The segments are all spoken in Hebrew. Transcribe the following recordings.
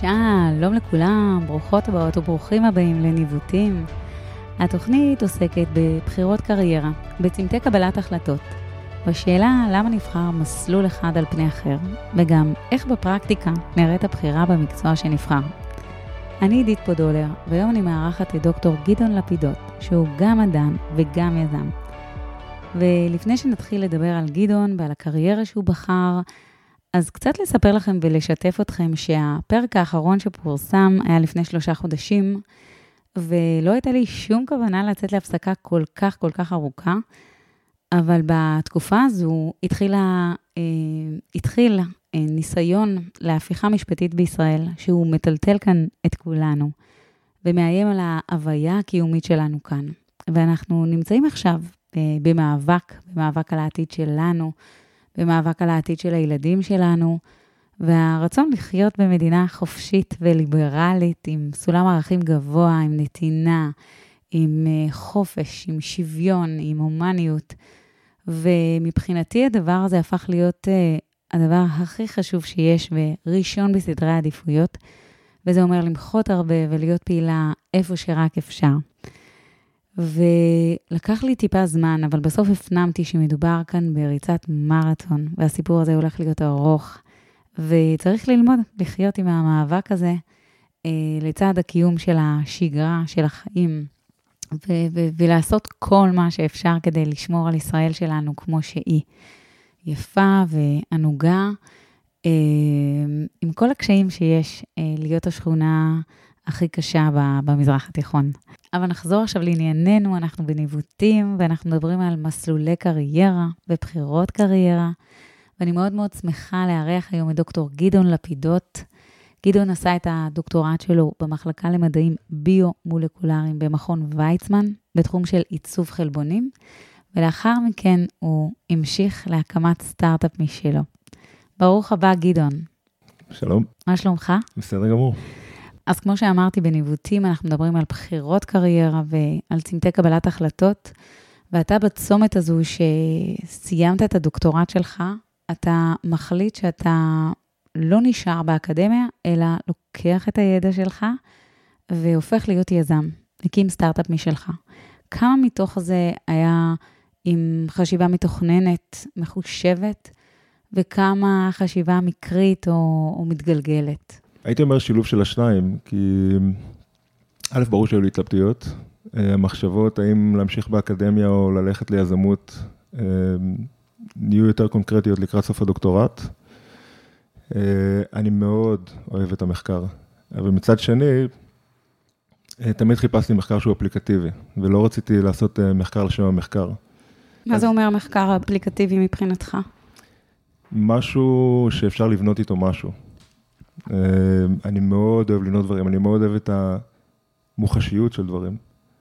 שלום לכולם, ברוכות הבאות וברוכים הבאים לניווטים. התוכנית עוסקת בבחירות קריירה, בצמתי קבלת החלטות, בשאלה למה נבחר מסלול אחד על פני אחר, וגם איך בפרקטיקה נראית הבחירה במקצוע שנבחר. אני עידית פודולר, והיום אני מארחת את דוקטור גדעון לפידות, שהוא גם מדען וגם יזם. ולפני שנתחיל לדבר על גדעון ועל הקריירה שהוא בחר, אז קצת לספר לכם ולשתף אתכם שהפרק האחרון שפורסם היה לפני 3 חודשים, ולא הייתה לי שום כוונה לצאת להפסקה כל כך ארוכה, אבל בתקופה הזו התחיל ניסיון להפיכה משפטית בישראל, שהוא מטלטל כאן את כולנו, ומאיים על ההוויה הקיומית שלנו כאן. ואנחנו נמצאים עכשיו במאבק על העתיד שלנו, במאבק על העתיד של הילדים שלנו, והרצון לחיות במדינה חופשית וליברלית, עם סולם ערכים גבוה, עם נתינה, עם חופש, עם שוויון, עם הומניות. ומבחינתי הדבר הזה הפך להיות הדבר הכי חשוב שיש, וראשון בסדרי העדיפויות, וזה אומר למחות הרבה ולהיות פעילה איפה שרק אפשר. ולקח לי טיפה זמן, אבל בסוף הפנמתי שמדובר כאן בריצת מרתון, והסיפור הזה הולך להיות ארוך, וצריך ללמוד לחיות עם המאבק הזה, לצד הקיום של השגרה, של החיים, ולעשות כל מה שאפשר כדי לשמור על ישראל שלנו כמו שהיא, יפה וענוגה, עם כל הקשיים שיש, להיות השכונה הכי קשה במזרח התיכון. אבל נחזור עכשיו לענייננו, אנחנו בניווטים, ואנחנו מדברים על מסלולי קריירה ובחירות קריירה, ואני מאוד מאוד שמחה לארח היום את דוקטור גדעון לפידות. גדעון עשה את הדוקטורט שלו במחלקה למדעים ביו-מולקולריים במכון ויצמן, בתחום של עיצוב חלבונים, ולאחר מכן הוא המשיך להקמת סטארט-אפ משלו. ברוך הבא גדעון. שלום. מה שלומך? בסדר גמור. אז כמו שאמרתי, בניווטים אנחנו מדברים על בחירות קריירה ועל צמתי קבלת החלטות, ואתה בצומת הזו שסיימת את הדוקטורט שלך, אתה מחליט שאתה לא נשאר באקדמיה, אלא לוקח את הידע שלך והופך להיות יזם, הקים סטארט-אפ משלך. כמה מתוך זה היה עם חשיבה מתוכננת, מחושבת, וכמה חשיבה מקרית או מתגלגלת? הייתי אומר שילוב של השניים, כי א', ברור שהיו לי התלבטויות, המחשבות האם להמשיך באקדמיה או ללכת ליזמות, נהיו יותר קונקרטיות לקראת סוף הדוקטורט. אני מאוד אוהב את המחקר, אבל מצד שני, תמיד חיפשתי מחקר שהוא אפליקטיבי, ולא רציתי לעשות מחקר לשם המחקר. מה זה אומר מחקר אפליקטיבי מבחינתך? משהו שאפשר לבנות איתו משהו. אני מאוד אוהב לבנות דברים, אני מאוד אוהב את המוחשיות של דברים.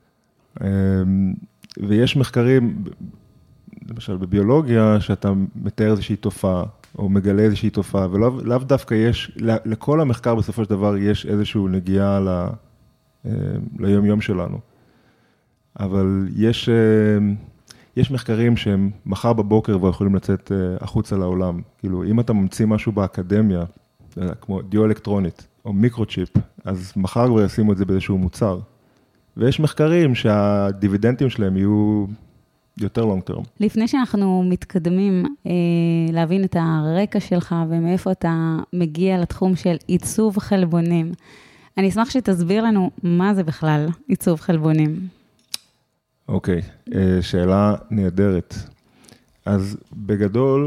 ויש מחקרים, למשל בביולוגיה, שאתה מתאר איזושהי תופעה, או מגלה איזושהי תופעה, ולאו דווקא יש, לכל המחקר בסופו של דבר יש איזשהו נגיעה ליום יום שלנו. אבל יש מחקרים שהם מחר בבוקר ויכולים לצאת החוצה לעולם. כאילו, אם אתה ממציא משהו באקדמיה, כמו דיו אלקטרונית או מיקרוצ'יפ, אז מחר כבר ישימו את זה באיזשהו מוצר. ויש מחקרים שהדיבידנטים שלהם יהיו יותר long term. לפני שאנחנו מתקדמים להבין את הרקע שלך ומאיפה אתה מגיע לתחום של עיצוב חלבונים, אני אשמח שתסביר לנו מה זה בכלל עיצוב חלבונים. אוקיי, שאלה נהדרת. אז בגדול,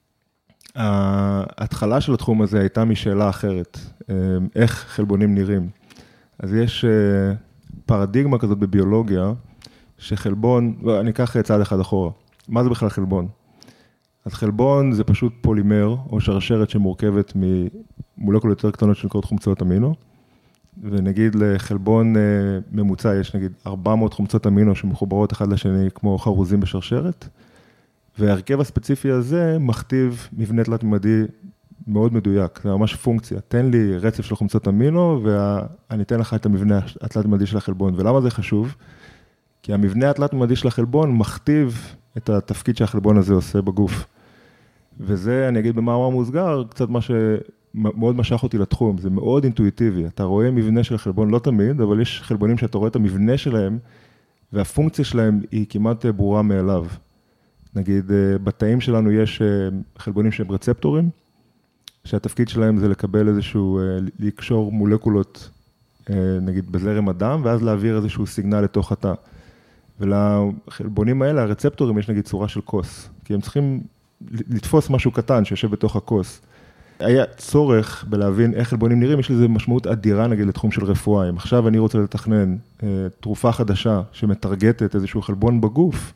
ההתחלה של התחום הזה הייתה משאלה אחרת, איך חלבונים נראים. אז יש פרדיגמה כזאת בביולוגיה, שחלבון, אני אקח צעד אחד אחורה, מה זה בכלל חלבון? אז חלבון זה פשוט פולימר, או שרשרת שמורכבת ממולקולות יותר קטנות שנקראות חומצות אמינו, ונגיד לחלבון ממוצע יש נגיד 400 חומצות אמינו שמחוברות אחד לשני כמו חרוזים בשרשרת, וההרכב הספציפי הזה מכתיב מבנה תלת-ממדי מאוד מדויק, זה ממש פונקציה. תן לי רצף של חומצות אמינו, ואני אתן לך את המבנה התלת-ממדי של החלבון. ולמה זה חשוב? כי המבנה התלת-ממדי של החלבון מכתיב את התפקיד שהחלבון הזה עושה בגוף. וזה, אני אגיד במאמר מוסגר, קצת מה מאוד משך אותי לתחום, זה מאוד אינטואיטיבי. אתה רואה מבנה של חלבון, לא תמיד, אבל יש חלבונים שאתה רואה את המבנה שלהם, והפונקציה שלהם היא כמעט ברורה מאליו. נגיד, בתאים שלנו יש חלבונים שהם רצפטורים, שהתפקיד שלהם זה לקבל איזשהו, לקשור מולקולות, נגיד בזרם הדם, ואז להעביר איזשהו סיגנל לתוך התא. ולחלבונים האלה, הרצפטורים, יש נגיד צורה של כוס, כי הם צריכים לתפוס משהו קטן שיושב בתוך הכוס. היה צורך בלהבין איך חלבונים נראים, יש לזה משמעות אדירה נגיד לתחום של רפואה. אם עכשיו אני רוצה לתכנן תרופה חדשה שמטרגטת איזשהו חלבון בגוף,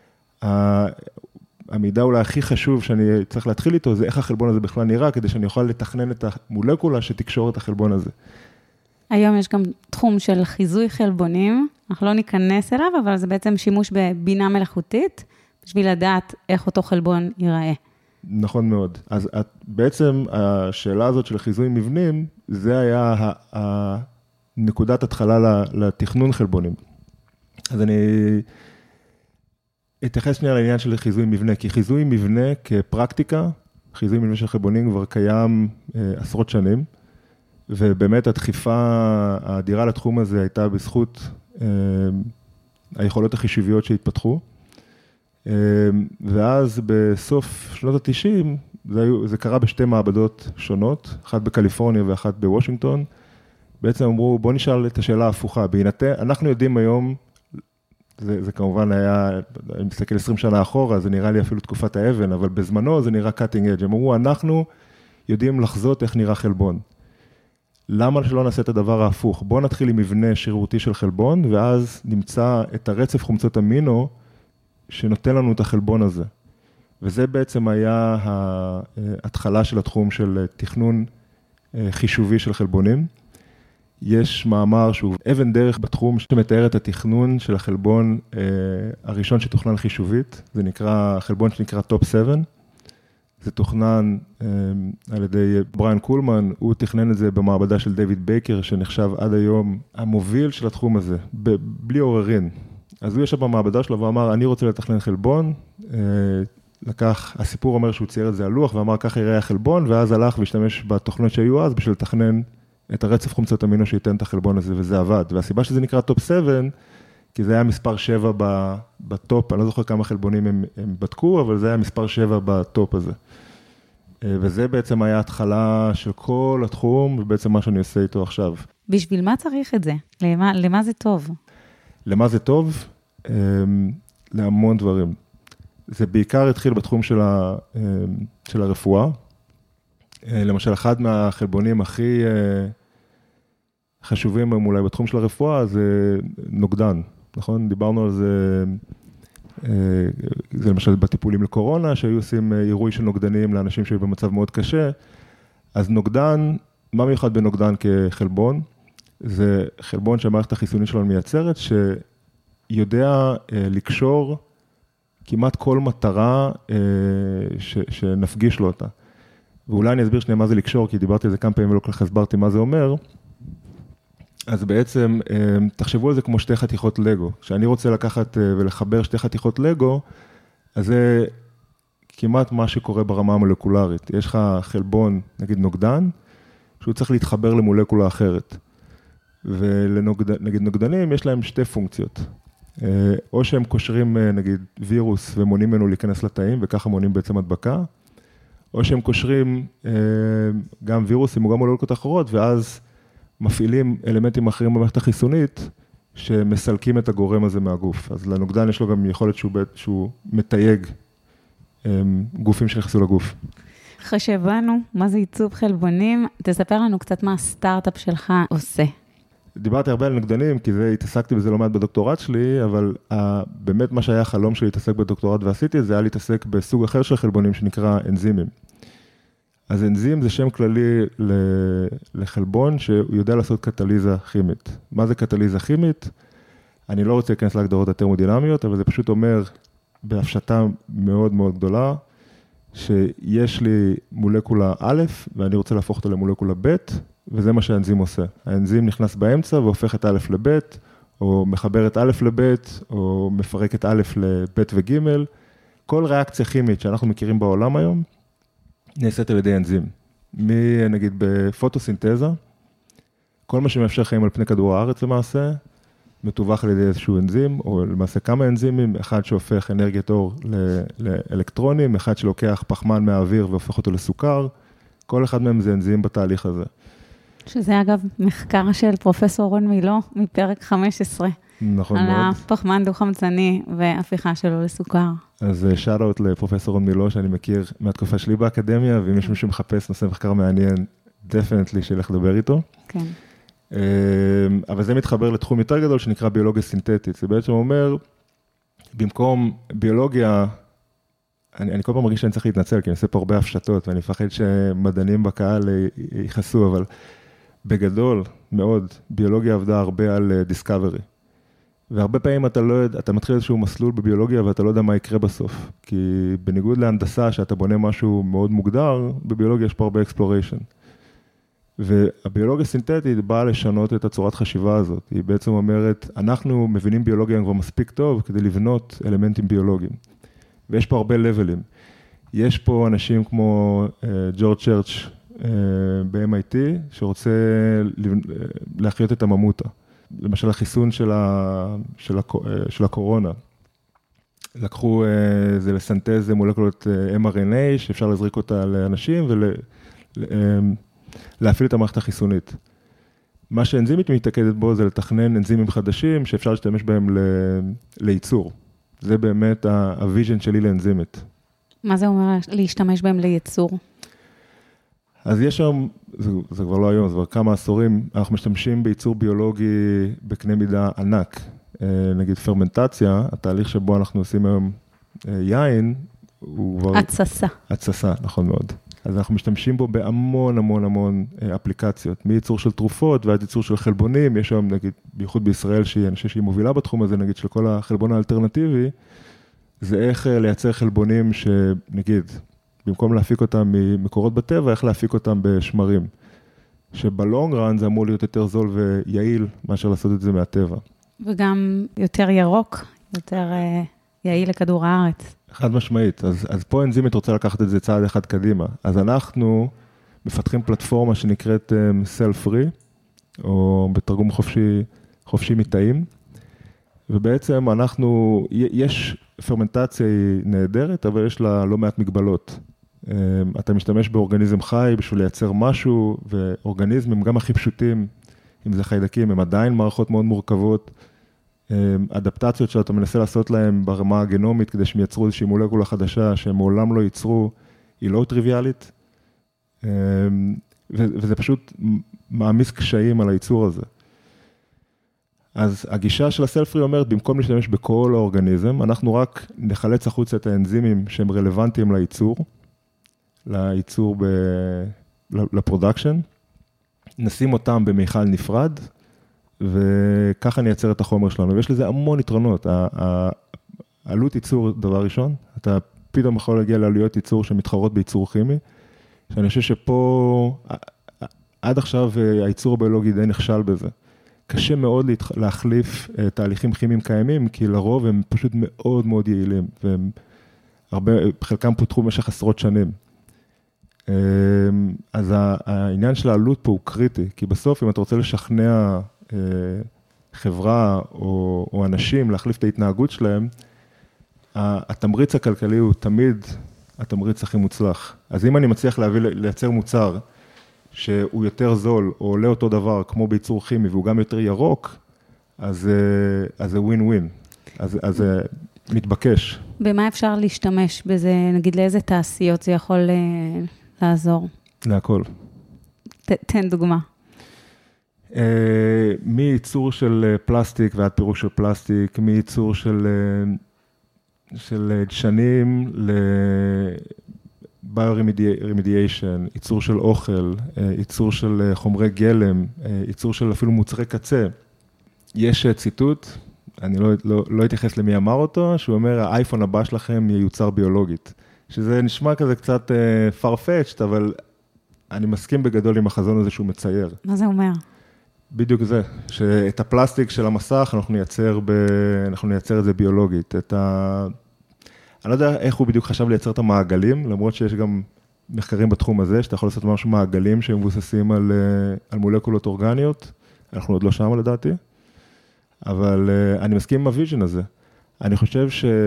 המידע אולי הכי חשוב שאני צריך להתחיל איתו, זה איך החלבון הזה בכלל נראה, כדי שאני אוכל לתכנן את המולקולה שתקשור את החלבון הזה. היום יש גם תחום של חיזוי חלבונים, אנחנו לא ניכנס אליו, אבל זה בעצם שימוש בבינה מלאכותית, בשביל לדעת איך אותו חלבון ייראה. נכון מאוד. אז בעצם השאלה הזאת של חיזוי מבנים, זה היה נקודת התחלה לתכנון חלבונים. אז אני אתייחס שנייה לעניין של חיזוי מבנה, כי חיזוי מבנה כפרקטיקה, חיזוי מבנה של חלבונים כבר קיים עשרות שנים, ובאמת הדחיפה האדירה לתחום הזה הייתה בזכות היכולות החישוביות שהתפתחו, ואז בסוף שנות ה-90, זה קרה בשתי מעבדות שונות, אחת בקליפורניה ואחת בוושינגטון, בעצם אמרו, בוא נשאל את השאלה ההפוכה, אנחנו יודעים היום, זה כמובן היה, אני מסתכל 20 שנה אחורה, זה נראה לי אפילו תקופת האבן, אבל בזמנו זה נראה cutting edge, הם אמרו, אנחנו יודעים לחזות איך נראה חלבון. למה שלא נעשה את הדבר ההפוך? בוא נתחיל עם מבנה שרירותי של חלבון, ואז נמצא את הרצף חומצות אמינו, שנותן לנו את החלבון הזה. וזה בעצם היה ההתחלה של התחום של תכנון חישובי של חלבונים. יש מאמר שהוא אבן דרך בתחום שמתאר את התכנון של החלבון הראשון שתוכנן חישובית. זה נקרא, חלבון שנקרא Top 7. זה תוכנן על ידי בריאן קולמן, הוא תכנן את זה במעבדה של דיוויד בייקר, שנחשב עד היום המוביל של התחום הזה, בלי עוררין. אז הוא ישב במעבדה שלו ואמר, אני רוצה לתכנן חלבון, הסיפור אומר שהוא צייר את זה על לוח, ואמר, ככה יראה החלבון, ואז הלך והשתמש בתוכנות שהיו אז, בשביל לתכנן את הרצף חומצות אמינו שייתן את החלבון הזה, וזה עבד. והסיבה שזה נקרא טופ 7, כי זה היה מספר 7 בטופ, אני לא זוכר כמה חלבונים הם בדקו, אבל זה היה מספר 7 בטופ הזה. וזה בעצם היה התחלה של כל התחום, ובעצם מה שאני עושה איתו עכשיו. בשביל מה צריך את זה? למה זה טוב? למה זה טוב? להמון דברים. זה בעיקר התחיל בתחום של הרפואה. למשל, אחד מהחלבונים הכי חשובים אולי בתחום של הרפואה, זה נוגדן, נכון? דיברנו על זה, זה למשל בטיפולים לקורונה, שהיו עושים עירוי של נוגדנים לאנשים שהיו במצב מאוד קשה. אז נוגדן, מה מיוחד בנוגדן כחלבון? זה חלבון שהמערכת החיסונית שלנו מייצרת, שיודע לקשור כמעט כל מטרה שנפגיש לו אותה. ואולי אני אסביר שנייה מה זה לקשור, כי דיברתי על זה כמה פעמים ולא כל כך הסברתי מה זה אומר. אז בעצם, תחשבו על זה כמו שתי חתיכות לגו. כשאני רוצה לקחת ולחבר שתי חתיכות לגו, אז זה כמעט מה שקורה ברמה המולקולרית. יש לך חלבון, נגיד נוגדן, שהוא צריך להתחבר למולקולה אחרת. ונגיד נוגדנים, יש להם שתי פונקציות. או שהם קושרים, נגיד, וירוס ומונים ממנו להיכנס לתאים, וככה מונים בעצם הדבקה, או שהם קושרים גם וירוסים או גם מולקולות אחרות, ואז מפעילים אלמנטים אחרים במערכת החיסונית, שמסלקים את הגורם הזה מהגוף. אז לנוגדן יש לו גם יכולת שהוא מתייג גופים שנכנסו לגוף. אחרי שהבנו מה זה עיצוב חלבונים, תספר לנו קצת מה הסטארט-אפ שלך עושה. דיברתי הרבה על נוגדנים, כי התעסקתי בזה לא מעט בדוקטורט שלי, אבל באמת מה שהיה החלום שלי להתעסק בדוקטורט ועשיתי, זה היה להתעסק בסוג אחר של חלבונים שנקרא אנזימים. אז אנזים זה שם כללי לחלבון שהוא יודע לעשות קטליזה כימית. מה זה קטליזה כימית? אני לא רוצה להיכנס להגדרות הטרמודינמיות, אבל זה פשוט אומר בהפשטה מאוד מאוד גדולה, שיש לי מולקולה א', ואני רוצה להפוך אותה למולקולה ב', וזה מה שהאנזים עושה. האנזים נכנס באמצע והופך את א' לב', או מחבר את א' לב', או מפרק את א' לב' וג'. כל ריאקציה כימית שאנחנו מכירים בעולם היום, נעשית על ידי אנזים. נגיד בפוטוסינתזה, כל מה שמאפשר חיים על פני כדור הארץ למעשה, מתווך על ידי איזשהו אנזים, או למעשה כמה אנזימים, אחד שהופך אנרגיית אור לאלקטרונים, אחד שלוקח פחמן מהאוויר והופך אותו לסוכר, כל אחד מהם זה אנזים בתהליך הזה. שזה אגב מחקר של פרופסור רון מילו, מפרק 15. נכון מאוד. על הפחמן דו-חמצני והפיכה שלו לסוכר. אז שאט-אוט לפרופסור רון מילו, שאני מכיר מהתקופה שלי באקדמיה, ואם יש מישהו שמחפש נושא מחקר מעניין, דפנטלי שילך לדבר איתו. כן. אבל זה מתחבר לתחום יותר גדול שנקרא ביולוגיה סינתטית. זה בעצם אומר, במקום ביולוגיה, אני כל פעם מרגיש שאני צריך להתנצל, כי אני עושה פה הרבה הפשטות, ואני מפחד שמדענים בקהל ייחסו, אבל בגדול מאוד, ביולוגיה עבדה הרבה על דיסקאברי. והרבה פעמים אתה לא יודע, אתה מתחיל איזשהו מסלול בביולוגיה, ואתה לא יודע מה יקרה בסוף. כי בניגוד להנדסה, שאתה בונה משהו מאוד מוגדר, בביולוגיה יש פה הרבה אקספלוריישן. והביולוגיה סינתטית באה לשנות את הצורת חשיבה הזאת. היא בעצם אומרת, אנחנו מבינים ביולוגיה כבר מספיק טוב, כדי לבנות אלמנטים ביולוגיים. ויש פה הרבה לבלים. יש פה אנשים כמו ג'ורג' צ'רץ' ב-MIT, שרוצה להחיות את הממותה. למשל, החיסון של הקורונה. לקחו זה לסנטז מולקולות mRNA, שאפשר להזריק אותה לאנשים, להפעיל את המערכת החיסונית. מה שאנזימית מתעקדת בו, זה לתכנן אנזימים חדשים, שאפשר להשתמש בהם לייצור. זה באמת הוויז'ן שלי לאנזימית. מה זה אומר להשתמש בהם לייצור? אז יש שם, זה כבר לא היום, זה כבר כמה עשורים, אנחנו משתמשים בייצור ביולוגי בקנה מידה ענק. נגיד פרמנטציה, התהליך שבו אנחנו עושים היום יין, הוא כבר... התססה. התססה, נכון מאוד. אז אנחנו משתמשים בו בהמון המון המון אפליקציות, מייצור של תרופות ועד ייצור של חלבונים, יש היום נגיד, בייחוד בישראל, אני חושב שהיא מובילה בתחום הזה, נגיד של כל החלבון האלטרנטיבי, זה איך לייצר חלבונים שנגיד, במקום להפיק אותם ממקורות בטבע, איך להפיק אותם בשמרים, שבלונג רן זה אמור להיות יותר זול ויעיל, מאשר לעשות את זה מהטבע. וגם יותר ירוק, יותר יעיל לכדור הארץ. חד משמעית, אז פה אנזימית רוצה לקחת את זה צעד אחד קדימה. אז אנחנו מפתחים פלטפורמה שנקראת Cell-Free, או בתרגום חופשי מתאים, ובעצם יש פרמנטציה היא נהדרת, אבל יש לה לא מעט מגבלות. אתה משתמש באורגניזם חי בשביל לייצר משהו, ואורגניזמים גם הכי פשוטים, אם זה חיידקים, הם עדיין מערכות מאוד מורכבות, אדפטציות שאתה מנסה לעשות להם ברמה הגנומית, כדי שהם ייצרו איזושהי מולקולה חדשה, שהם מעולם לא ייצרו, היא לא טריוויאלית, וזה פשוט מעמיס קשיים על הייצור הזה. אז הגישה של הסלפרי אומרת, במקום להשתמש בכל האורגניזם, אנחנו רק נחלץ החוצה את האנזימים שהם רלוונטיים לייצור לפרודקשן, נשים אותם במיכל נפרד, וככה נייצר את החומר שלנו, ויש לזה המון יתרונות. העלות ייצור, דבר ראשון, אתה פתאום יכול להגיע לעלויות ייצור שמתחרות בייצור כימי, שאני חושב שפה, עד עכשיו הייצור הביולוגי די נכשל בזה. קשה מאוד להחליף תהליכים כימיים קיימים, כי לרוב הם פשוט מאוד מאוד יעילים, חלקם פותחו במשך עשרות שנים. אז העניין של העלות פה הוא קריטי, כי בסוף אם אתה רוצה לשכנע חברה או אנשים להחליף את ההתנהגות שלהם, התמריץ הכלכלי הוא תמיד התמריץ הכי מוצלח. אז אם אני מצליח לייצר מוצר שהוא יותר זול או עולה אותו דבר כמו בייצור כימי והוא גם יותר ירוק, אז זה ווין ווין, אז זה מתבקש. במה אפשר להשתמש בזה, נגיד לאיזה תעשיות זה יכול לעזור? להכל. תן דוגמה. מייצור של פלסטיק ועד פירוש של פלסטיק, מייצור של דשנים ל-bioremediation, ייצור של אוכל, ייצור של חומרי גלם, ייצור של אפילו מוצרי קצה. יש ציטוט, אני לא אתייחס למי אמר אותו, שהוא אומר, האייפון הבא שלכם ייוצר ביולוגית. שזה נשמע כזה קצת farfetched, אבל אני מסכים בגדול עם החזון הזה שהוא מצייר. מה זה אומר? בדיוק זה, שאת הפלסטיק של המסך אנחנו נייצר את זה ביולוגית. אני לא יודע איך הוא בדיוק חשב לייצר את המעגלים, למרות שיש גם מחקרים בתחום הזה, שאתה יכול לעשות ממש מעגלים שהם מבוססים על מולקולות אורגניות, אנחנו עוד לא שם לדעתי, אבל אני מסכים עם הוויז'ן הזה. אני חושב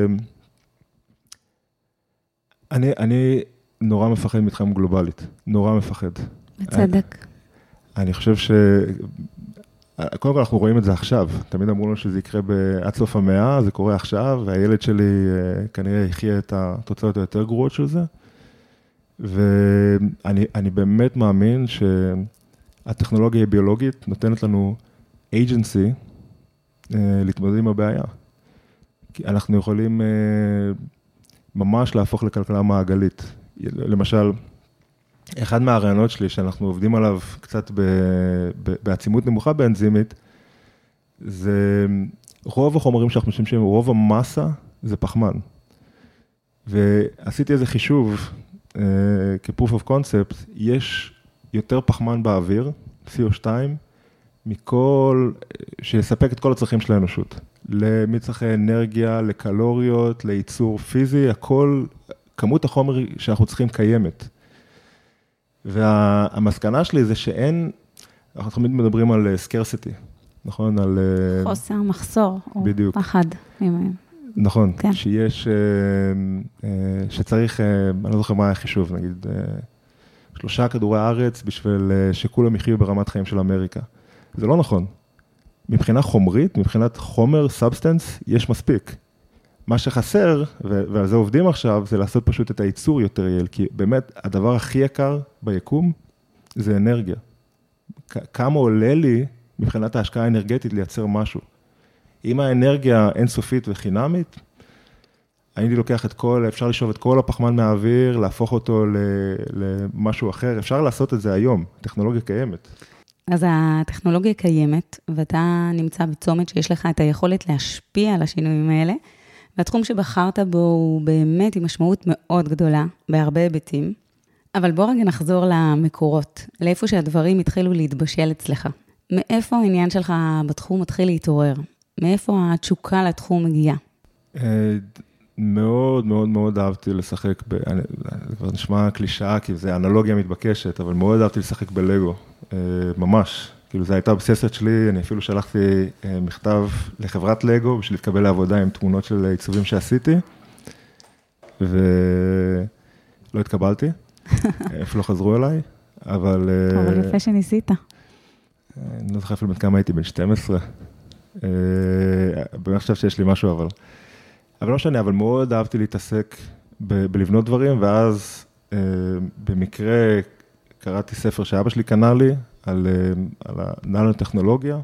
אני נורא מפחד מתחום גלובלית, נורא מפחד. בצדק. אני חושב קודם כל אנחנו רואים את זה עכשיו, תמיד אמרו לנו שזה יקרה עד סוף המאה, זה קורה עכשיו, והילד שלי כנראה יחיה את התוצאות היותר גרועות של זה, ואני באמת מאמין שהטכנולוגיה הביולוגית נותנת לנו agency להתמודד עם הבעיה. כי אנחנו יכולים ממש להפוך לכלכלה מעגלית. למשל, אחד מהרעיונות שלי שאנחנו עובדים עליו קצת בעצימות נמוכה באנזימית, זה רוב החומרים שאנחנו משתמשים, רוב המסה זה פחמן. ועשיתי איזה חישוב, כ-proof of concept, יש יותר פחמן באוויר, CO2, שיספק את כל הצרכים של האנושות. למצרכי אנרגיה, לקלוריות, לייצור פיזי, הכל, כמות החומר שאנחנו צריכים קיימת. והמסקנה שלי זה אנחנו תמיד מדברים על scarcity, נכון? על חוסר, מחסור, בדיוק. או פחד. נכון, כן. שצריך, אני לא זוכר מה היה חישוב, נגיד, 3 כדורי הארץ בשביל שכולם יחיו ברמת חיים של אמריקה. זה לא נכון. מבחינה חומרית, מבחינת חומר, סאבסטנס, יש מספיק. מה שחסר, ועל זה עובדים עכשיו, זה לעשות פשוט את הייצור יותר יעיל, כי באמת הדבר הכי יקר ביקום זה אנרגיה. כמה עולה לי מבחינת ההשקעה האנרגטית לייצר משהו. אם האנרגיה אינסופית וחינמית, הייתי לוקח אפשר לשאוב את כל הפחמן מהאוויר, להפוך אותו למשהו אחר, אפשר לעשות את זה היום, טכנולוגיה קיימת. אז הטכנולוגיה קיימת, ואתה נמצא בצומת שיש לך את היכולת להשפיע על השינויים האלה, והתחום שבחרת בו הוא באמת עם משמעות מאוד גדולה, בהרבה היבטים. אבל בוא רגע נחזור למקורות, לאיפה שהדברים התחילו להתבשל אצלך. מאיפה העניין שלך בתחום מתחיל להתעורר? מאיפה התשוקה לתחום מגיעה? מאוד מאוד מאוד אהבתי לשחק, זה כבר נשמע קלישאה, כי זה אנלוגיה מתבקשת, אבל מאוד אהבתי לשחק בלגו, ממש. כאילו זו הייתה אובססיה שלי, אני אפילו שלחתי מכתב לחברת לגו, בשביל להתקבל לעבודה עם תמונות של עיצובים שעשיתי, ולא התקבלתי, אפילו לא חזרו אליי, אבל יפה שניסית. אני לא זוכר אפילו בין כמה הייתי, בין 12. אני חושב שיש לי משהו, אבל לא משנה, אבל מאוד אהבתי להתעסק בלבנות דברים, ואז במקרה קראתי ספר שאבא שלי קנה לי, על הננו-טכנולוגיה,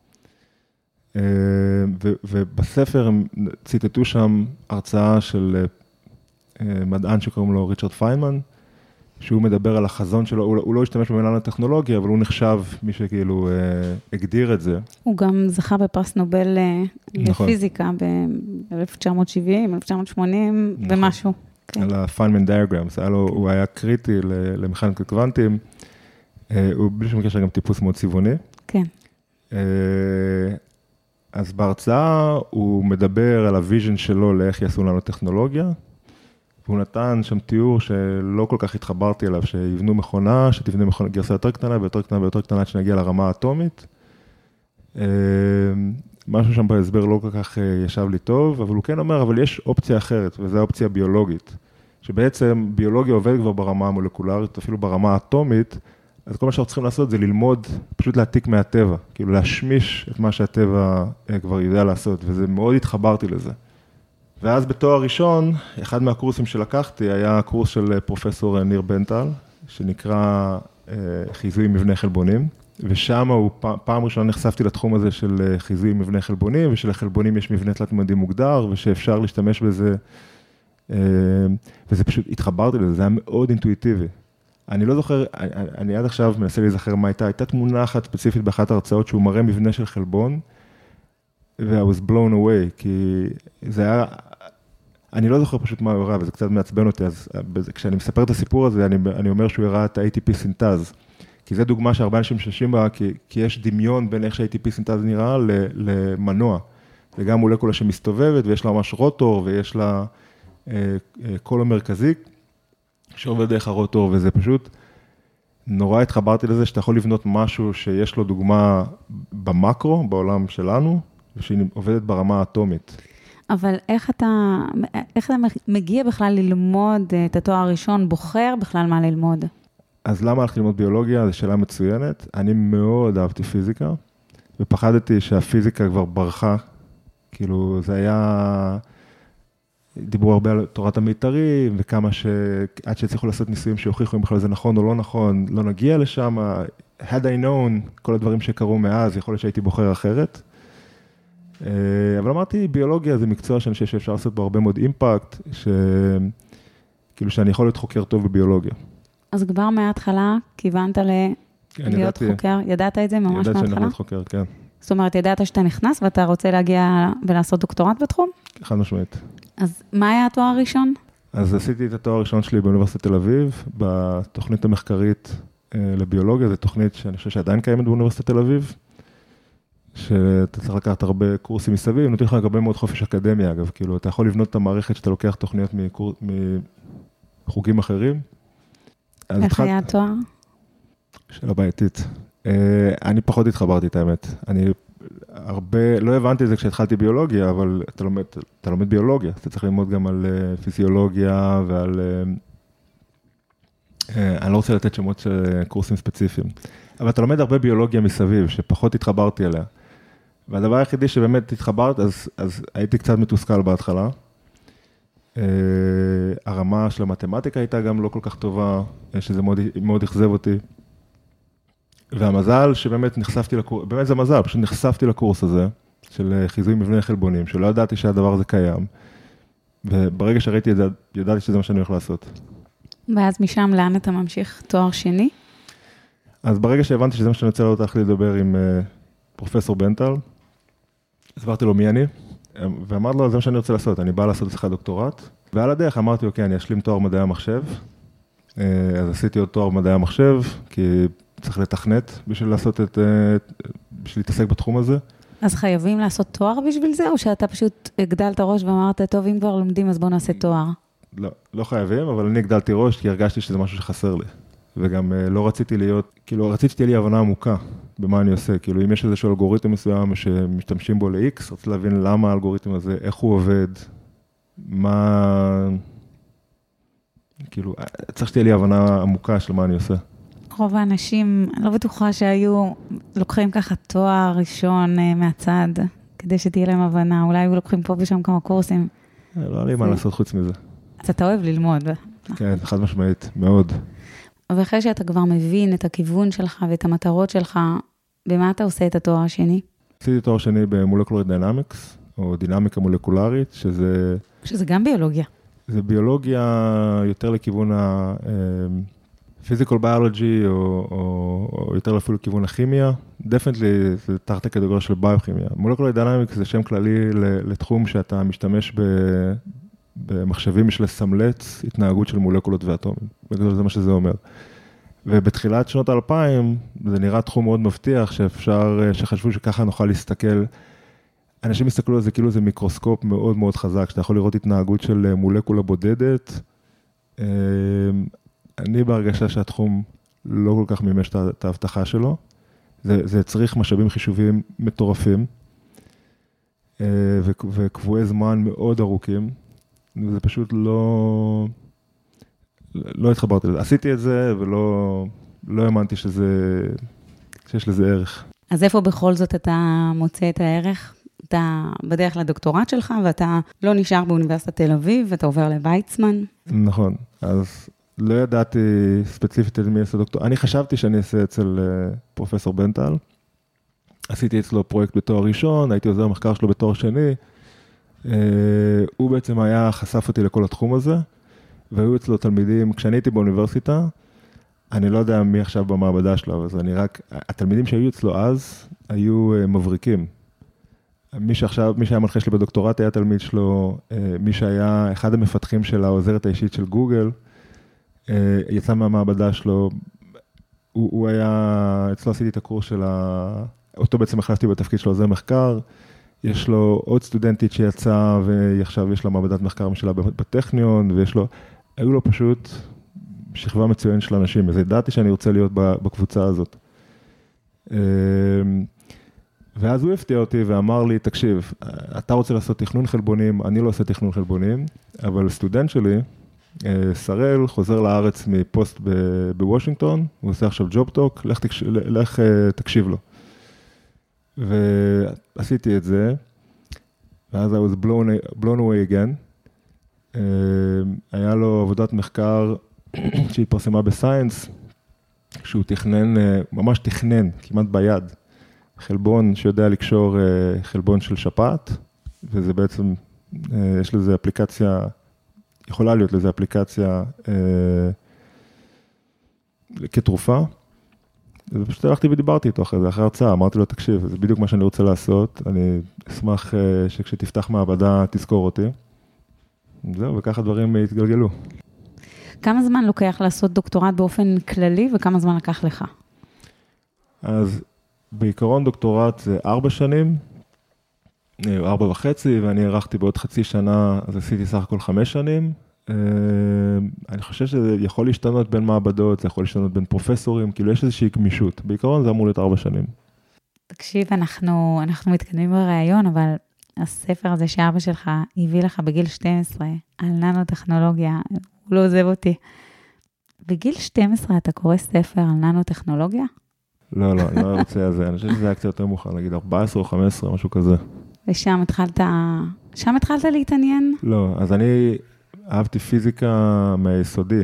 ובספר הם ציטטו שם הרצאה של מדען שקוראים לו ריצ'רד פיינמן, שהוא מדבר על החזון שלו, הוא לא השתמש במילה הטכנולוגיה, אבל הוא נחשב מי שכאילו הגדיר את זה. הוא גם זכה בפרס נובל לפיזיקה ב-1970, 1980 ומשהו. על ה-Feynman diagrams, הוא היה קריטי למכניקת קוונטים, הוא בלי שום קשר גם טיפוס מאוד צבעוני. כן. אז בהרצאה הוא מדבר על הוויז'ן שלו לאיך יעשו לנו טכנולוגיה, והוא נתן שם תיאור שלא כל כך התחברתי אליו, שיבנו מכונה, שתבנה מכונה גרסה יותר קטנה ויותר קטנה ויותר קטנה, עד שנגיע לרמה האטומית. משהו שם בהסבר לא כל כך ישב לי טוב, אבל הוא כן אומר, אבל יש אופציה אחרת, וזו האופציה ביולוגית, שבעצם ביולוגיה עובדת כבר ברמה המולקולרית, אפילו ברמה האטומית, אז כל מה שאנחנו צריכים לעשות זה ללמוד, פשוט להעתיק מהטבע, כאילו להשמיש את מה שהטבע כבר יודע לעשות, וזה מאוד התחברתי לזה. ואז בתואר ראשון, אחד מהקורסים שלקחתי היה קורס של פרופסור ניר בנטל, שנקרא חיזוי מבנה חלבונים, ושם הוא פעם ראשונה נחשפתי לתחום הזה של חיזוי מבנה חלבונים, ושלחלבונים יש מבנה תלת-ממדי מוגדר, ושאפשר להשתמש בזה, וזה פשוט התחברתי לזה, זה היה מאוד אינטואיטיבי. אני לא זוכר, אני עד עכשיו מנסה להיזכר מה הייתה תמונה אחת ספציפית באחת ההרצאות שהוא מראה מבנה של חלבון, I was blown away, כי זה היה, אני לא זוכר פשוט מה הוא הראה, וזה קצת מעצבן אותי, אז כשאני מספר את הסיפור הזה, אני אומר שהוא הראה את ה-ATP סינטז, כי זו דוגמה שהרבה אנשים משתמשים בה, כי יש דמיון בין איך שה-ATP סינטז נראה למנוע. זה גם מולקולה שמסתובבת, ויש לה ממש רוטור, ויש לה קולום מרכזי, שעובד דרך הרוטור, וזה פשוט, נורא התחברתי לזה שאתה יכול לבנות משהו שיש לו דוגמה במקרו, בעולם שלנו, ושהיא עובדת ברמה האטומית. אבל איך אתה מגיע בכלל ללמוד את התואר הראשון, בוחר בכלל מה ללמוד? אז למה הלכתי ללמוד ביולוגיה? זו שאלה מצוינת. אני מאוד אהבתי פיזיקה, ופחדתי שהפיזיקה כבר ברחה. כאילו, זה היה... דיברו הרבה על תורת המיתרים, וכמה עד שהצליחו לעשות ניסויים שהוכיחו אם בכלל זה נכון או לא נכון, לא נגיע לשם. had I known, כל הדברים שקרו מאז, יכול להיות שהייתי בוחר אחרת. אבל אמרתי, ביולוגיה זה מקצוע שאני חושב שאפשר לעשות בו הרבה מאוד אימפקט, כאילו שאני יכול להיות חוקר טוב בביולוגיה. אז כבר מההתחלה כיוונת להיות חוקר, ידעת את זה ממש מההתחלה? ידעת שאני להיות חוקר, כן. זאת אומרת, ידעת שאתה נכנס ואתה רוצה להגיע ולעשות דוקטורט בתחום? חד משמעית. אז מה היה התואר הראשון? אז עשיתי את התואר הראשון שלי באוניברסיטת תל אביב, בתוכנית המחקרית לביולוגיה, זו תוכנית שאני חושב שעדיין קיימת באוניברסיטת תל אביב, שאתה צריך לקחת הרבה קורסים מסביב, נותן לך הרבה מאוד חופש אקדמיה, אגב, כאילו, אתה יכול לבנות את המערכת שאתה לוקח תוכניות מחוגים אחרים. איך היה התואר? שאלה בעייתית. אני פחות התחברתי את האמת. אני לא הבנתי את זה כשהתחלתי ביולוגיה, אבל אתה לומד ביולוגיה, אתה צריך ללמוד גם על פיזיולוגיה ועל... אני לא רוצה לתת שמות של קורסים ספציפיים, אבל אתה לומד הרבה ביולוגיה מסביב, שפחות התחברתי אליה. והדבר היחידי שבאמת התחברת, אז הייתי קצת מתוסכל בהתחלה. הרמה של המתמטיקה הייתה גם לא כל כך טובה, שזה מאוד אכזב אותי. והמזל שבאמת נחשפתי לקורס, באמת זה מזל, פשוט נחשפתי לקורס הזה, של חיזוי מבנה חלבונים, שלא ידעתי שהדבר הזה קיים. וברגע שראיתי את זה, ידעתי שזה מה שאני הולך לעשות. ואז משם לאן אתה ממשיך? תואר שני? אז ברגע שהבנתי שזה מה שאני רוצה לעלות, הלכתי לדבר עם פרופסור בנטל, הסברתי לו מי אני, ואמרתי לו, זה מה שאני רוצה לעשות, אני בא לעשות אצלך דוקטורט, ועל הדרך אמרתי, אוקיי, אני אשלים תואר מדעי המחשב, אז עשיתי עוד תואר מדעי המחשב, כי צריך לתכנת בשביל בשביל להתעסק בתחום הזה. אז חייבים לעשות תואר בשביל זה, או שאתה פשוט הגדלת ראש ואמרת, טוב, אם כבר לומדים, אז בואו נעשה תואר? לא חייבים, אבל אני הגדלתי ראש, כי הרגשתי שזה משהו שחסר לי. וגם לא רציתי להיות, כאילו רציתי שתהיה לי הבנה עמוקה במה אני עושה. כאילו אם יש איזשהו אלגוריתם מסוים שמשתמשים בו ל-X, רציתי להבין למה האלגוריתם הזה, איך הוא עובד, כאילו צריך שתהיה לי הבנה עמוקה של מה אני עושה. רוב האנשים, אני לא בטוחה שהיו לוקחים ככה תואר ראשון מהצד, כדי שתהיה להם הבנה. אולי היו לוקחים פה ושם כמה קורסים. לא היה לי מה לעשות חוץ מזה. אז אתה אוהב ללמוד. כן, חד משמעית, מאוד. ואחרי שאתה כבר מבין את הכיוון שלך ואת המטרות שלך, במה אתה עושה את התואר השני? עשיתי תואר שני במולקולר דינמיקס, או דינמיקה מולקולרית, שזה גם ביולוגיה. זה ביולוגיה יותר לכיוון ה-physical biology, או יותר אפילו לכיוון הכימיה. definitely זה תחת הקטגוריה של ביוכימיה. מולקולר דינמיקס זה שם כללי לתחום שאתה משתמש במחשבים בשביל לסמלץ התנהגות של מולקולות ואטומים. בגלל זה מה שזה אומר. ובתחילת שנות 2000, זה נראה תחום מאוד מבטיח, שחשבו שככה נוכל להסתכל. אנשים הסתכלו על זה כאילו זה מיקרוסקופ מאוד מאוד חזק, שאתה יכול לראות התנהגות של מולקולה בודדת. אני בהרגשה שהתחום לא כל כך מימש את ההבטחה שלו. זה צריך משאבים חישוביים מטורפים, וקבועי זמן מאוד ארוכים. זה פשוט לא התחברתי לזה. עשיתי את זה ולא האמנתי שיש לזה ערך. אז איפה בכל זאת אתה מוצא את הערך? אתה בדרך לדוקטורט שלך, ואתה לא נשאר באוניברסיטת תל אביב, ואתה עובר לויצמן. נכון, אז לא ידעתי ספציפית על מי אעשה דוקטורט. אני חשבתי שאני אעשה אצל פרופסור בנטל. עשיתי אצלו פרויקט בתואר ראשון, הייתי עוזר מחקר שלו בתואר שני. הוא בעצם חשף אותי לכל התחום הזה, והיו אצלו תלמידים, כשאני הייתי באוניברסיטה, אני לא יודע מי עכשיו במעבדה שלו, אז התלמידים שהיו אצלו אז, היו מבריקים. מי שהיה מנחה שלי בדוקטורט היה תלמיד שלו, מי שהיה אחד המפתחים של העוזרת האישית של גוגל, יצא מהמעבדה שלו, הוא היה, אצלו עשיתי את הקורס אותו בעצם החלפתי בתפקיד של עוזר מחקר, יש לו עוד סטודנטית שיצאה, ועכשיו יש לה מעבדת מחקר משלה בטכניון, היו לו פשוט שכבה מצוינת של אנשים, אז ידעתי שאני רוצה להיות בקבוצה הזאת. ואז הוא הפתיע אותי ואמר לי, תקשיב, אתה רוצה לעשות תכנון חלבונים, אני לא עושה תכנון חלבונים, אבל סטודנט שלי, שראל, חוזר לארץ מפוסט בוושינגטון, הוא עושה עכשיו ג'וב טוק, לך תקשיב לו. ועשיתי את זה, ואז I was blown away again. היה לו עבודת מחקר שהתפרסמה בסיינס, שהוא תכנן, ממש תכנן, כמעט ביד, חלבון שיודע לקשור חלבון של שפעת, וזה בעצם, יש לזה אפליקציה, יכולה להיות לזה אפליקציה כתרופה, ופשוט הלכתי ודיברתי איתו אחרי הרצאה, אמרתי לו, תקשיב, זה בדיוק מה שאני רוצה לעשות, אני אשמח שכשתפתח מעבדה תזכור אותי, זהו, וככה דברים התגלגלו. כמה זמן לוקח לעשות דוקטורט באופן כללי, וכמה זמן לקח לך? אז בעיקרון דוקטורט זה 4 שנים, 4.5, ואני ערכתי בעוד חצי שנה, אז עשיתי סך הכל 5 שנים. אני חושב שזה יכול להשתנות בין מעבדות, זה יכול להשתנות בין פרופסורים, כאילו יש איזושהי גמישות. בעיקרון זה אמור להיות 4 שנים. תקשיב, אנחנו מתקדמים ברעיון, אבל הספר הזה שאבא שלך הביא לך בגיל 12, על ננו-טכנולוגיה, הוא לא עוזב אותי. בגיל 12 אתה קורא ספר על ננו-טכנולוגיה? לא, אני לא רוצה על זה. אני חושב שזה היה קצת יותר מוכן, נגיד 14 או 15, משהו כזה. ושם התחלת להתעניין? לא, אז אני אהבתי פיזיקה מהיסודי.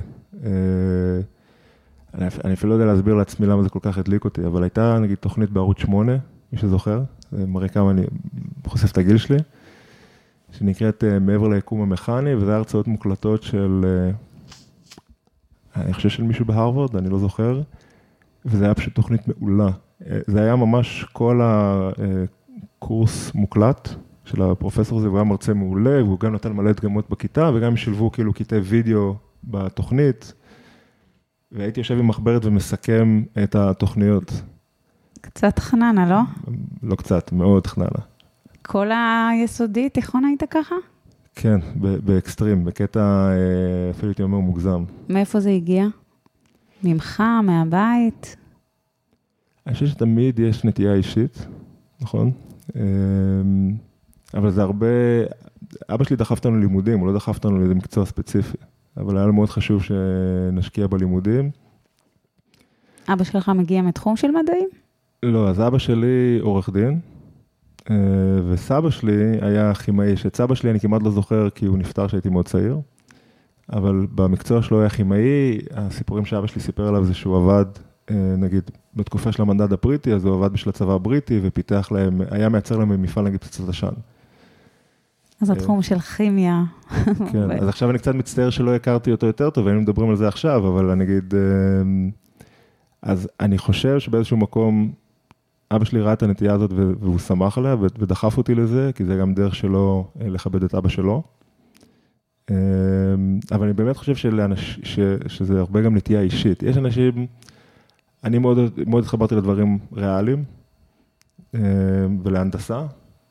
אני אפילו לא יודע להסביר לעצמי למה זה כל כך הדליק אותי, אבל הייתה נגיד תוכנית בערוץ 8, מי שזוכר, זה מראה כמה אני חושף את הגיל שלי, שנקראת מעבר ליקום המכני, וזה הרצאות מוקלטות של, אני חושב של מישהו בהרווארד, אני לא זוכר, וזה היה פשוט תוכנית מעולה. זה היה ממש כל הקורס מוקלט של הפרופסור הזה, הוא היה מרצה מעולה, והוא גם נתן מלא דגמות בכיתה, וגם שילבו כאילו קטעי וידאו בתוכנית, והייתי יושב עם מחברת ומסכם את התוכניות. קצת חננה, לא? לא קצת, מאוד חננה. כל היסודי, תיכון היית ככה? כן, באקסטרים, בקטע אפילו הייתי אומר מוגזם. מאיפה זה הגיע? ממך, מהבית? אני חושב שתמיד יש נטייה אישית, נכון? אבל זה הרבה, אבא שלי דחף אותנו לימודים, הוא לא דחף אותנו לאיזה מקצוע ספציפי, אבל היה לו מאוד חשוב שנשקיע בלימודים. אבא שלך מגיע מתחום של מדעים? לא, אז אבא שלי עורך דין, וסבא שלי היה כימאי, שאת סבא שלי אני כמעט לא זוכר כי הוא נפטר כשהייתי מאוד צעיר, אבל במקצוע שלו היה כימאי, הסיפורים שאבא שלי סיפר עליו זה שהוא עבד, נגיד, בתקופה של המנדט הבריטי, אז הוא עבד בשביל הצבא הבריטי, ופיתח להם, היה מייצר להם במפעל נגיד פצצת עשן. אז התחום של כימיה. כן, אז עכשיו אני קצת מצטער שלא הכרתי אותו יותר טוב, והיינו מדברים על זה עכשיו, אבל אני אגיד, אז אני חושב שבאיזשהו מקום, אבא שלי ראה את הנטייה הזאת, והוא שמח עליה, ודחף אותי לזה, כי זה גם דרך שלו לכבד את אבא שלו. אבל אני באמת חושב שזה הרבה גם נטייה אישית. יש אנשים, אני מאוד התחברתי לדברים ריאליים, ולהנדסה,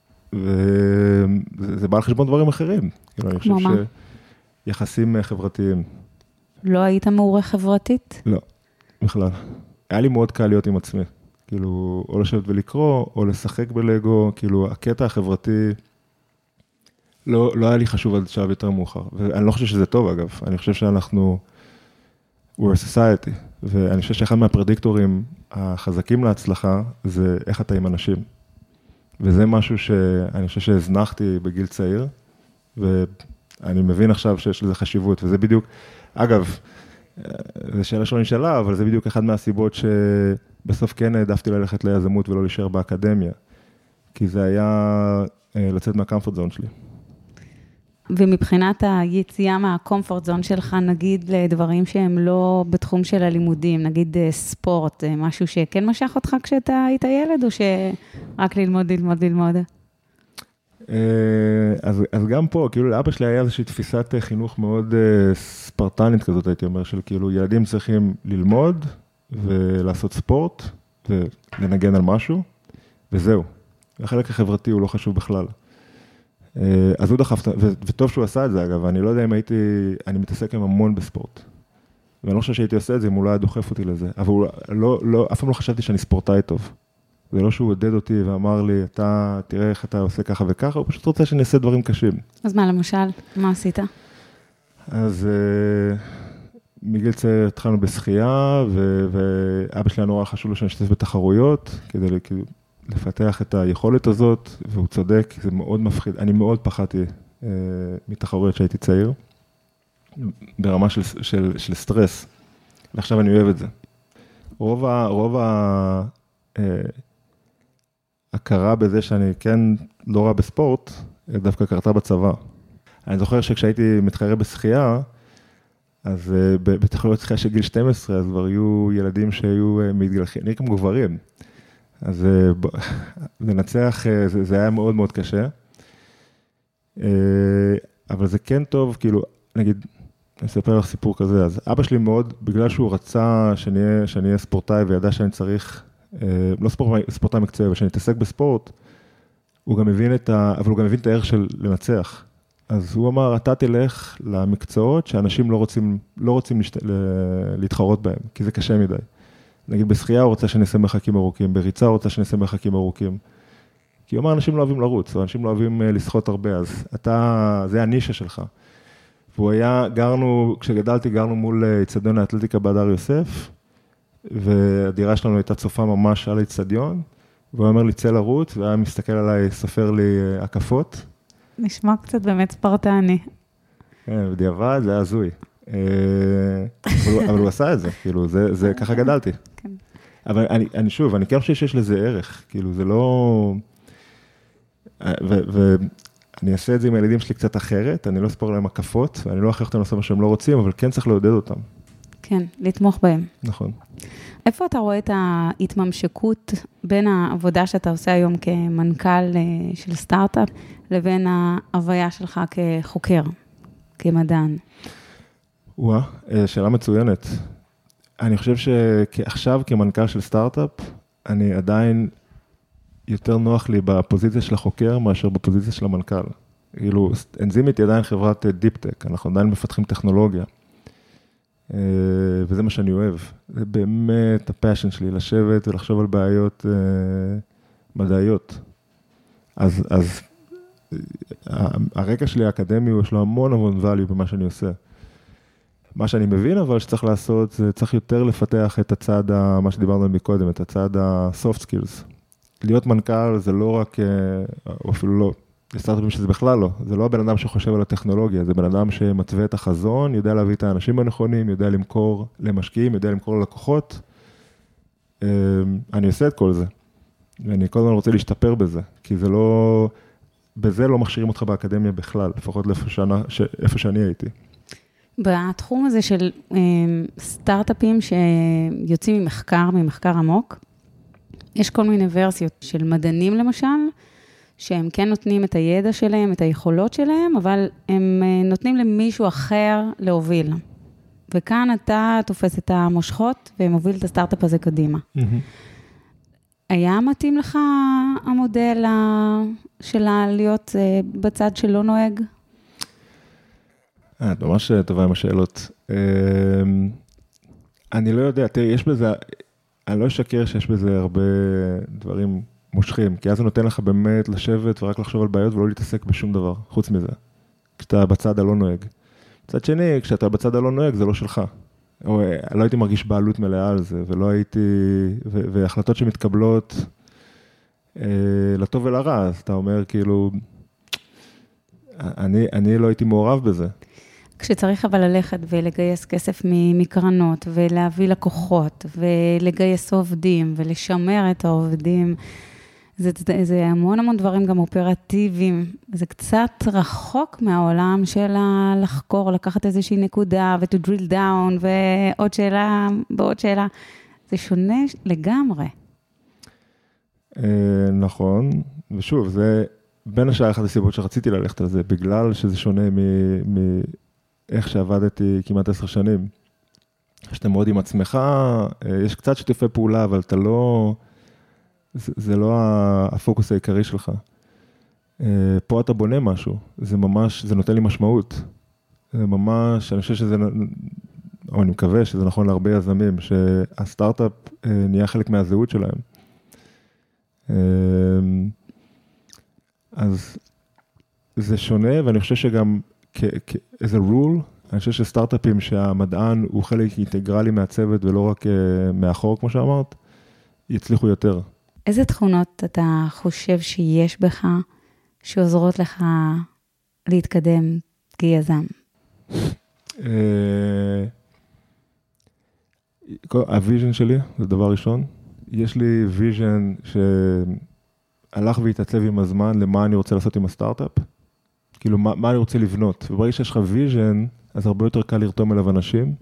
וזה בא על חשבון דברים אחרים. אני חושב שיחסים חברתיים. לא היית מעורה חברתית? לא, בכלל. היה לי מאוד קל להיות עם עצמי. כאילו, או לשבת ולקרוא, או לשחק בלגו, כאילו, הקטע החברתי לא היה לי חשוב עד שעה יותר מאוחר. ואני לא חושב שזה טוב, אגב. אני חושב שאנחנו, we're a society, ואני חושב שאחד מהפרדיקטורים החזקים להצלחה, זה איך אתה עם אנשים. וזה משהו שאני חושב שהזנחתי בגיל צעיר, ואני מבין עכשיו שיש לזה חשיבות, וזה בדיוק, אגב, זו שאלה שלא נשאלה, אבל זה בדיוק אחד מהסיבות שבסוף כן העדפתי ללכת ליזמות ולא להישאר באקדמיה, כי זה היה לצאת מהקומפורט זון שלי. ומבחינת היציאה מהקומפורט זון שלך, נגיד לדברים שהם לא בתחום של הלימודים, נגיד ספורט, משהו שכן משך אותך כשאתה היית ילד, או שרק ללמוד? אז גם פה, כאילו לאבא שלי היה איזושהי תפיסת חינוך מאוד ספרטנית כזאת, הייתי אומר, של כאילו ילדים צריכים ללמוד ולעשות ספורט ולנגן על משהו, וזהו. החלק החברתי הוא לא חשוב בכלל. אז הוא דחף, וטוב שהוא עשה את זה אגב, אני לא יודע אם אני מתעסק עם המון בספורט. ואני לא חושב שהייתי עושה את זה אם הוא לא היה דוחף אותי לזה, אבל אף פעם לא חשבתי שאני ספורטאי טוב. זה לא שהוא עודד אותי ואמר לי, אתה תראה איך אתה עושה ככה וככה, הוא פשוט רוצה שאני אעשה דברים קשים. אז מה למשל? מה עשית? אז מגיל צעיר התחלנו בשחייה, ואבא שלי היה נורא חשוב לו שאני אשתתף בתחרויות, כדי לפתח את היכולת הזאת, והוא צודק, זה מאוד מפחיד. אני מאוד פחדתי מתחרויות שהייתי צעיר, ברמה של סטרס, ועכשיו אני אוהב את זה. רוב ההכרה בזה שאני כן לא רע בספורט, דווקא קרתה בצבא. אני זוכר שכשהייתי מתחרה בשחייה, אז בתחרויות שחייה של גיל 12, אז כבר היו ילדים שהיו מתגלחים, נראים כמו גברים. אז לנצח, זה היה מאוד מאוד קשה. אבל זה כן טוב, כאילו, נגיד, אני אספר לך סיפור כזה, אז אבא שלי מאוד, בגלל שהוא רצה שאני אהיה ספורטאי וידע שאני צריך, לא ספורטאי מקצועי, אבל שאני אתעסק בספורט, אבל הוא גם מבין את הערך של לנצח. אז הוא אמר, אתה תלך למקצועות שאנשים לא רוצים להתחרות בהם, כי זה קשה מדי. נגיד, בשחייה הוא רוצה שאני אעשה מרחקים ארוכים, בריצה הוא רוצה שאני אעשה מרחקים ארוכים. כי הוא אמר, אנשים לא אוהבים לרוץ, או אנשים לא אוהבים לשחות הרבה, אז זה הנישה שלך. כשגדלתי, גרנו מול אצטדיון האתלטיקה בהדר יוסף, והדירה שלנו הייתה צופה ממש על האצטדיון, והוא אומר לי, צא לרוץ, והיה מסתכל עליי, סופר לי הקפות. נשמע קצת באמת ספרטני. כן, בדיעבד, זה היה הזוי. אבל הוא עשה את זה, כאילו, זה ככה גדלתי. כן. אבל אני כן חושב שיש לזה ערך, כאילו, זה לא... ואני אעשה את זה עם הילדים שלי קצת אחרת, אני לא אספור להם הקפות, ואני לא אכריח אותם לעשות מה שהם לא רוצים, אבל כן צריך לעודד אותם. כן, לתמוך בהם. נכון. איפה אתה רואה את ההתממשקות בין העבודה שאתה עושה היום כמנכ"ל של סטארט-אפ, לבין ההוויה שלך כחוקר, כמדען? שאלה מצוינת. אני חושב שעכשיו כמנכ"ל של סטארט-אפ, אני עדיין יותר נוח לי בפוזיציה של החוקר, מאשר בפוזיציה של המנכ"ל. כאילו, אנזימית היא עדיין חברת דיפ-טק, אנחנו עדיין מפתחים טכנולוגיה. וזה מה שאני אוהב. זה באמת הפאשן שלי, לשבת ולחשוב על בעיות מדעיות. אז הרקע שלי האקדמי, יש לו המון value במה שאני עושה. מה שאני מבין, אבל שצריך לעשות, זה צריך יותר לפתח את הצד, מה שדיברנו מקודם, את הצד ה-soft skills. להיות מנכ"ל זה לא רק, או אפילו לא, לסטארט-אפים שזה בכלל לא, זה לא הבן אדם שחושב על הטכנולוגיה, זה בן אדם שמתווה את החזון, יודע להביא את האנשים הנכונים, יודע למכור למשקיעים, יודע למכור ללקוחות. אני עושה את כל זה, ואני כל הזמן רוצה להשתפר בזה, כי זה לא, בזה לא מכשירים אותך באקדמיה בכלל, לפחות איפה שאני הייתי. בתחום הזה של סטארט-אפים שיוצאים ממחקר עמוק, יש כל מיני ורסיות של מדענים למשל, שהם כן נותנים את הידע שלהם, את היכולות שלהם, אבל הם נותנים למישהו אחר להוביל. וכאן אתה תופס את המושכות ומוביל את הסטארט-אפ הזה קדימה. היה מתאים לך המודל שלה להיות בצד שלא נוהג? את ממש טובה עם השאלות. אני לא יודע, תראי, יש בזה, אני לא אשקר שיש בזה הרבה דברים מושכים, כי אז זה נותן לך באמת לשבת ורק לחשוב על בעיות ולא להתעסק בשום דבר, חוץ מזה, כשאתה בצד הלא נוהג. מצד שני, כשאתה בצד הלא נוהג, זה לא שלך. או לא הייתי מרגיש בעלות מלאה על זה, ולא הייתי, והחלטות שמתקבלות לטוב ולרע, אז אתה אומר כאילו, אני לא הייתי מעורב בזה. כשצריך אבל ללכת ולגייס כסף מקרנות, ולהביא לקוחות, ולגייס עובדים, ולשמר את העובדים, זה המון דברים גם אופרטיביים. זה קצת רחוק מהעולם של לחקור, לקחת איזושהי נקודה, ו-to drill down, ועוד שאלה, בעוד שאלה. זה שונה לגמרי. נכון, ושוב, זה בין השאר אחת הסיבות שרציתי ללכת על זה, בגלל שזה שונה איך שעבדתי כמעט 10 שנים. שאתה מאוד עם עצמך, יש קצת שיתופי פעולה, אבל אתה לא, זה לא הפוקוס העיקרי שלך. פה אתה בונה משהו, זה ממש, זה נותן לי משמעות. זה ממש, אני חושב שזה או אני מקווה שזה נכון להרבה יזמים, שהסטארט-אפ נהיה חלק מהזהות שלהם. אז זה שונה, ואני חושב שגם איזה rule, אני חושב שסטארט-אפים שהמדען הוא חלק אינטגרלי מהצוות, ולא רק מאחור, כמו שאמרת, יצליחו יותר. איזה תכונות אתה חושב שיש בך, שעוזרות לך להתקדם כיזם? הוויז'ן שלי, זה דבר ראשון. יש לי ויז'ן שהלך והתעצב עם הזמן למה אני רוצה לעשות עם הסטארט-אפ. כאילו, מה אני רוצה לבנות. וברגע שיש לך ויז'ן, אז הרבה יותר קל לרתום אליו אנשים.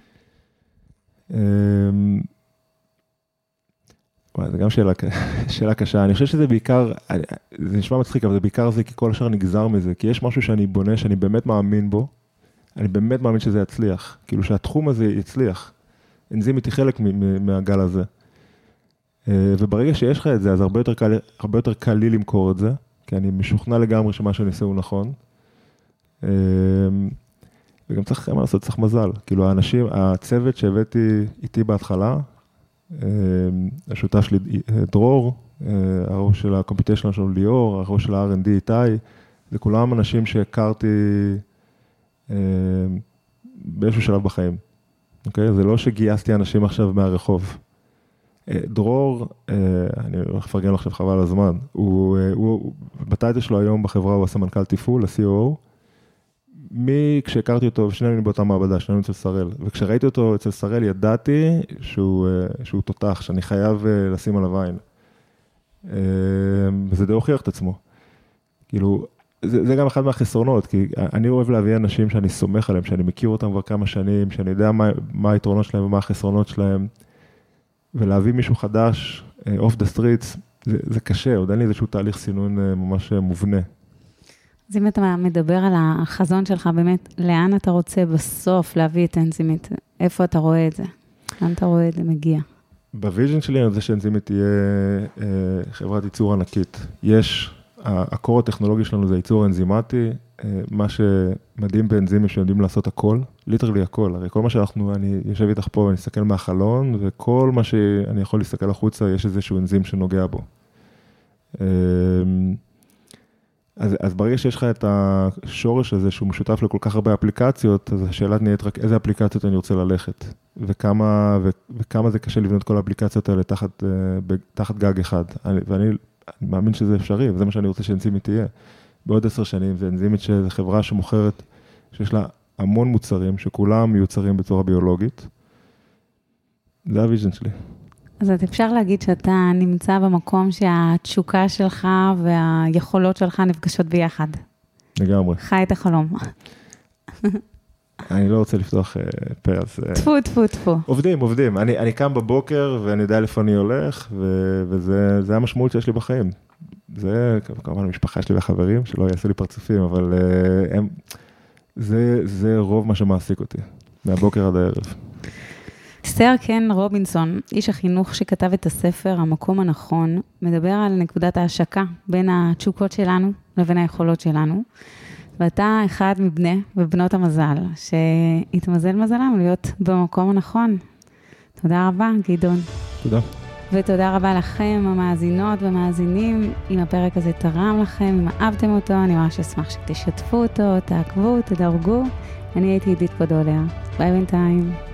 זה גם שאלה קשה. אני חושב שזה בעיקר, זה נשמע מצחיק, אבל זה בעיקר זה כי כל השאר נגזר מזה. כי יש משהו שאני בונה, שאני באמת מאמין בו. אני באמת מאמין שזה יצליח. כאילו שהתחום הזה יצליח. אנזימית היא חלק מהגל הזה. וברגע שיש לך את זה, אז הרבה יותר קל לי למכור את זה. כי אני משוכנע לגמרי שמה שאני עושה הוא נכון. וגם צריך מה לעשות, צריך מזל. כאילו האנשים, הצוות שהבאתי איתי בהתחלה, השותף שלי דרור, הראש של הקומפיוטיישן שלנו ליאור, הראש של ה-R&D איתי, זה כולם אנשים שהכרתי באיזשהו שלב בחיים. אוקיי? זה לא שגייסתי אנשים עכשיו מהרחוב. דרור, אני הולך לפרגן לו עכשיו חבל הזמן, הוא בטייטל שלו היום בחברה, הוא הסמנכ"ל תפעול, ה-COO, כשהכרתי אותו, שנינו היינו באותה מעבדה, שנינו אצל שראל, וכשראיתי אותו אצל שראל, ידעתי שהוא תותח, שאני חייב לשים עליו עין. וזה די הוכיח את עצמו. כאילו, זה גם אחד מהחסרונות, כי אני אוהב להביא אנשים שאני סומך עליהם, שאני מכיר אותם כבר כמה שנים, שאני יודע מה היתרונות שלהם ומה החסרונות שלהם, ולהביא מישהו חדש, off the streets, זה קשה, עוד אין לי איזשהו תהליך סינון ממש מובנה. אז אם אתה מדבר על החזון שלך, באמת, לאן אתה רוצה בסוף להביא את אנזימית? איפה אתה רואה את זה? לאן אתה רואה את זה מגיע? בוויז'ן שלי אני רוצה שאנזימית תהיה חברת ייצור ענקית. הקור הטכנולוגי שלנו זה ייצור אנזימטי, מה שמדהים באנזימים שיודעים לעשות הכל, ליטרלי הכל. הרי כל מה אני יושב איתך פה ואני אסתכל מהחלון, וכל מה שאני יכול להסתכל החוצה, יש איזשהו אנזים שנוגע בו. אז ברגע שיש לך את השורש הזה שהוא משותף לכל כך הרבה אפליקציות, אז השאלה נהיית רק איזה אפליקציות אני רוצה ללכת, וכמה זה קשה לבנות כל האפליקציות האלה תחת גג אחד. ואני מאמין שזה אפשרי, וזה מה שאני רוצה שאנזימית תהיה. בעוד 10 שנים, ואנזימית שזו חברה שמוכרת, שיש לה המון מוצרים, שכולם מיוצרים בצורה ביולוגית. זה הוויז'ן שלי. אז אפשר להגיד שאתה נמצא במקום שהתשוקה שלך והיכולות שלך נפגשות ביחד. לגמרי. חי את החלום. אני לא רוצה לפתוח פה, אז... טפו. עובדים. אני קם בבוקר ואני יודע איפה אני הולך, וזה המשמעות שיש לי בחיים. זה כמובן המשפחה שלי והחברים, שלא יעשו לי פרצופים, אבל זה רוב מה שמעסיק אותי, מהבוקר עד הערב. סר קן רובינסון, איש החינוך שכתב את הספר המקום הנכון, מדבר על נקודת ההשקה בין התשוקות שלנו לבין היכולות שלנו, ואתה אחד מבני ובנות המזל, שהתמזל מזלם להיות במקום הנכון. תודה רבה, גדעון. תודה. ותודה רבה לכם, המאזינות והמאזינים. אם הפרק הזה תרם לכם, אם אהבתם אותו, אני ממש אשמח שתשתפו אותו, תעקבו, תדרגו. אני הייתי עידית פודולר. ביי בינתיים.